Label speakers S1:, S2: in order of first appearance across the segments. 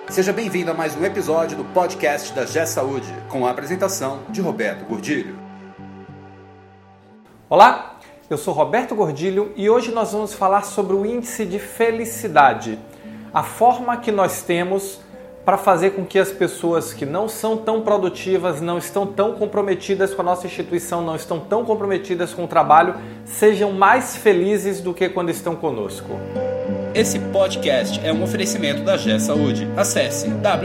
S1: Seja bem-vindo a mais um episódio do podcast da GE Saúde, com a apresentação de Roberto Gordilho.
S2: Olá, eu sou Roberto Gordilho e hoje nós vamos falar sobre o índice de felicidade, a forma que nós temos para fazer com que as pessoas que não são tão produtivas, não estão tão comprometidas com a nossa instituição, não estão tão comprometidas com o trabalho, sejam mais felizes do que quando estão conosco.
S1: Esse podcast é um oferecimento da GE Saúde. Acesse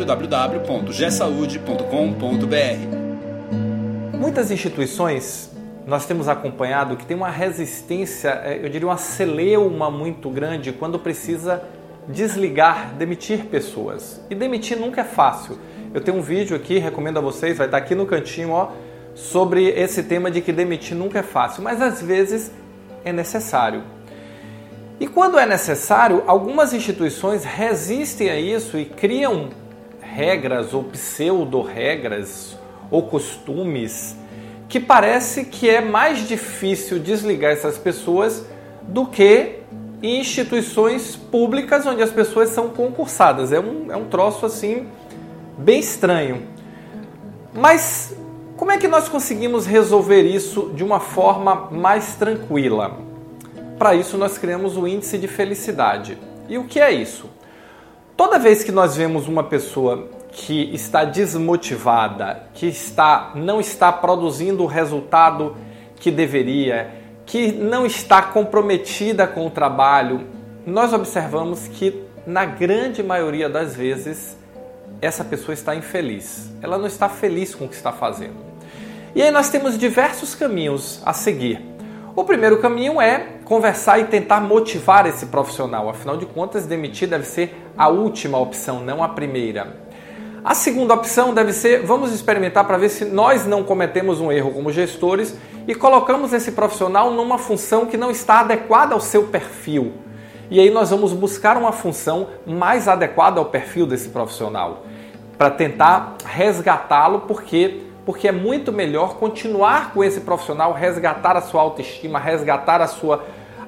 S1: www.gesaude.com.br.
S2: Muitas instituições nós temos acompanhado que tem uma resistência, eu diria uma celeuma muito grande quando precisa desligar, demitir pessoas. E demitir nunca é fácil. Eu tenho um vídeo aqui, recomendo a vocês, vai estar aqui no cantinho, sobre esse tema de que demitir nunca é fácil, mas às vezes é necessário. E quando é necessário, algumas instituições resistem a isso e criam regras ou pseudo-regras ou costumes que parece que é mais difícil desligar essas pessoas do que em instituições públicas onde as pessoas são concursadas. É um troço assim bem estranho. Mas como é que nós conseguimos resolver isso de uma forma mais tranquila? Para isso nós criamos o índice de felicidade. E o que é isso? Toda vez que nós vemos uma pessoa que está desmotivada, que não está produzindo o resultado que deveria, que não está comprometida com o trabalho, nós observamos que na grande maioria das vezes essa pessoa está infeliz. Ela não está feliz com o que está fazendo. E aí nós temos diversos caminhos a seguir. O primeiro caminho é conversar e tentar motivar esse profissional. Afinal de contas, demitir deve ser a última opção, não a primeira. A segunda opção deve ser, vamos experimentar para ver se nós não cometemos um erro como gestores e colocamos esse profissional numa função que não está adequada ao seu perfil. E aí nós vamos buscar uma função mais adequada ao perfil desse profissional para tentar resgatá-lo, porque é muito melhor continuar com esse profissional, resgatar a sua autoestima, resgatar a sua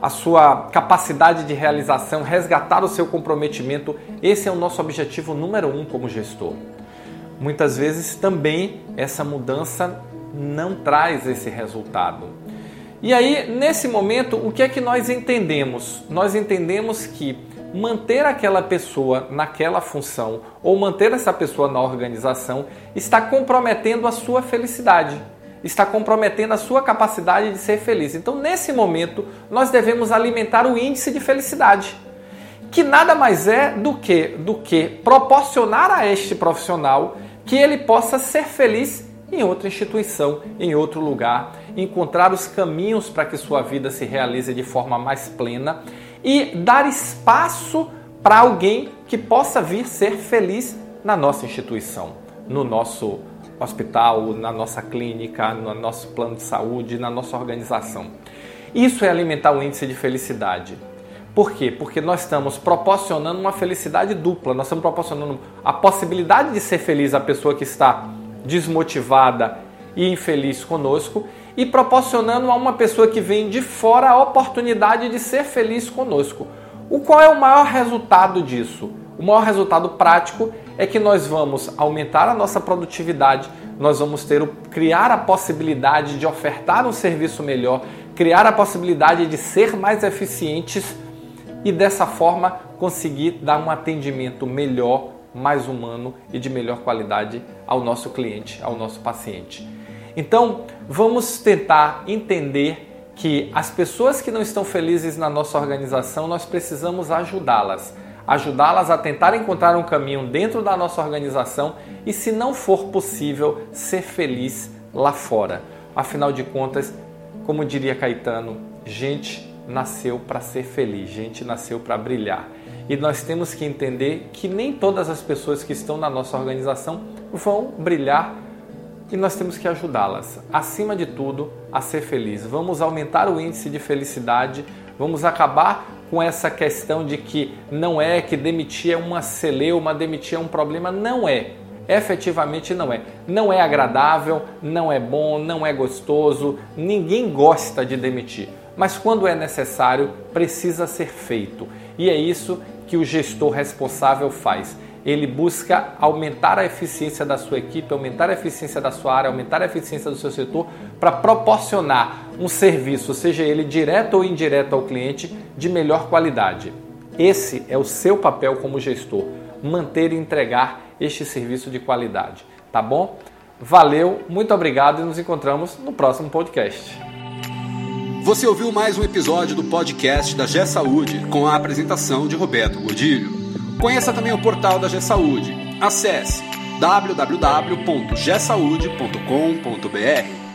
S2: capacidade de realização, resgatar o seu comprometimento. Esse é o nosso objetivo número 1 como gestor. Muitas vezes também essa mudança não traz esse resultado. E aí, nesse momento, o que é que nós entendemos? Nós entendemos que manter aquela pessoa naquela função ou manter essa pessoa na organização está comprometendo a sua felicidade, está comprometendo a sua capacidade de ser feliz. Então, nesse momento, nós devemos alimentar o índice de felicidade, que nada mais é do que proporcionar a este profissional que ele possa ser feliz em outra instituição, em outro lugar, encontrar os caminhos para que sua vida se realize de forma mais plena e dar espaço para alguém que possa vir ser feliz na nossa instituição, no nosso hospital, na nossa clínica, no nosso plano de saúde, na nossa organização. Isso é alimentar o índice de felicidade. Por quê? Porque nós estamos proporcionando uma felicidade dupla. Nós estamos proporcionando a possibilidade de ser feliz à pessoa que está desmotivada e infeliz conosco e proporcionando a uma pessoa que vem de fora a oportunidade de ser feliz conosco. Qual é o maior resultado disso? O maior resultado prático é que nós vamos aumentar a nossa produtividade, nós vamos criar a possibilidade de ofertar um serviço melhor, criar a possibilidade de ser mais eficientes e dessa forma conseguir dar um atendimento melhor, mais humano e de melhor qualidade ao nosso cliente, ao nosso paciente. Então, vamos tentar entender que as pessoas que não estão felizes na nossa organização, nós precisamos ajudá-las a tentar encontrar um caminho dentro da nossa organização e, se não for possível, ser feliz lá fora. Afinal de contas, como diria Caetano, gente nasceu para ser feliz, gente nasceu para brilhar. E nós temos que entender que nem todas as pessoas que estão na nossa organização vão brilhar e nós temos que ajudá-las, acima de tudo, a ser feliz. Vamos aumentar o índice de felicidade, vamos acabar com essa questão de que não é que demitir é uma celeuma, demitir é um problema. Não é. Efetivamente não é. Não é agradável, não é bom, não é gostoso, ninguém gosta de demitir. Mas quando é necessário, precisa ser feito. E é isso que o gestor responsável faz. ele busca aumentar a eficiência da sua equipe, aumentar a eficiência da sua área, aumentar a eficiência do seu setor para proporcionar um serviço, seja ele direto ou indireto ao cliente, de melhor qualidade. Esse é o seu papel como gestor, manter e entregar este serviço de qualidade, tá bom? Valeu, muito obrigado e nos encontramos no próximo podcast.
S1: Você ouviu mais um episódio do podcast da G Saúde com a apresentação de Roberto Gordilho. Conheça também o portal da G Saúde. Acesse www.gsaude.com.br.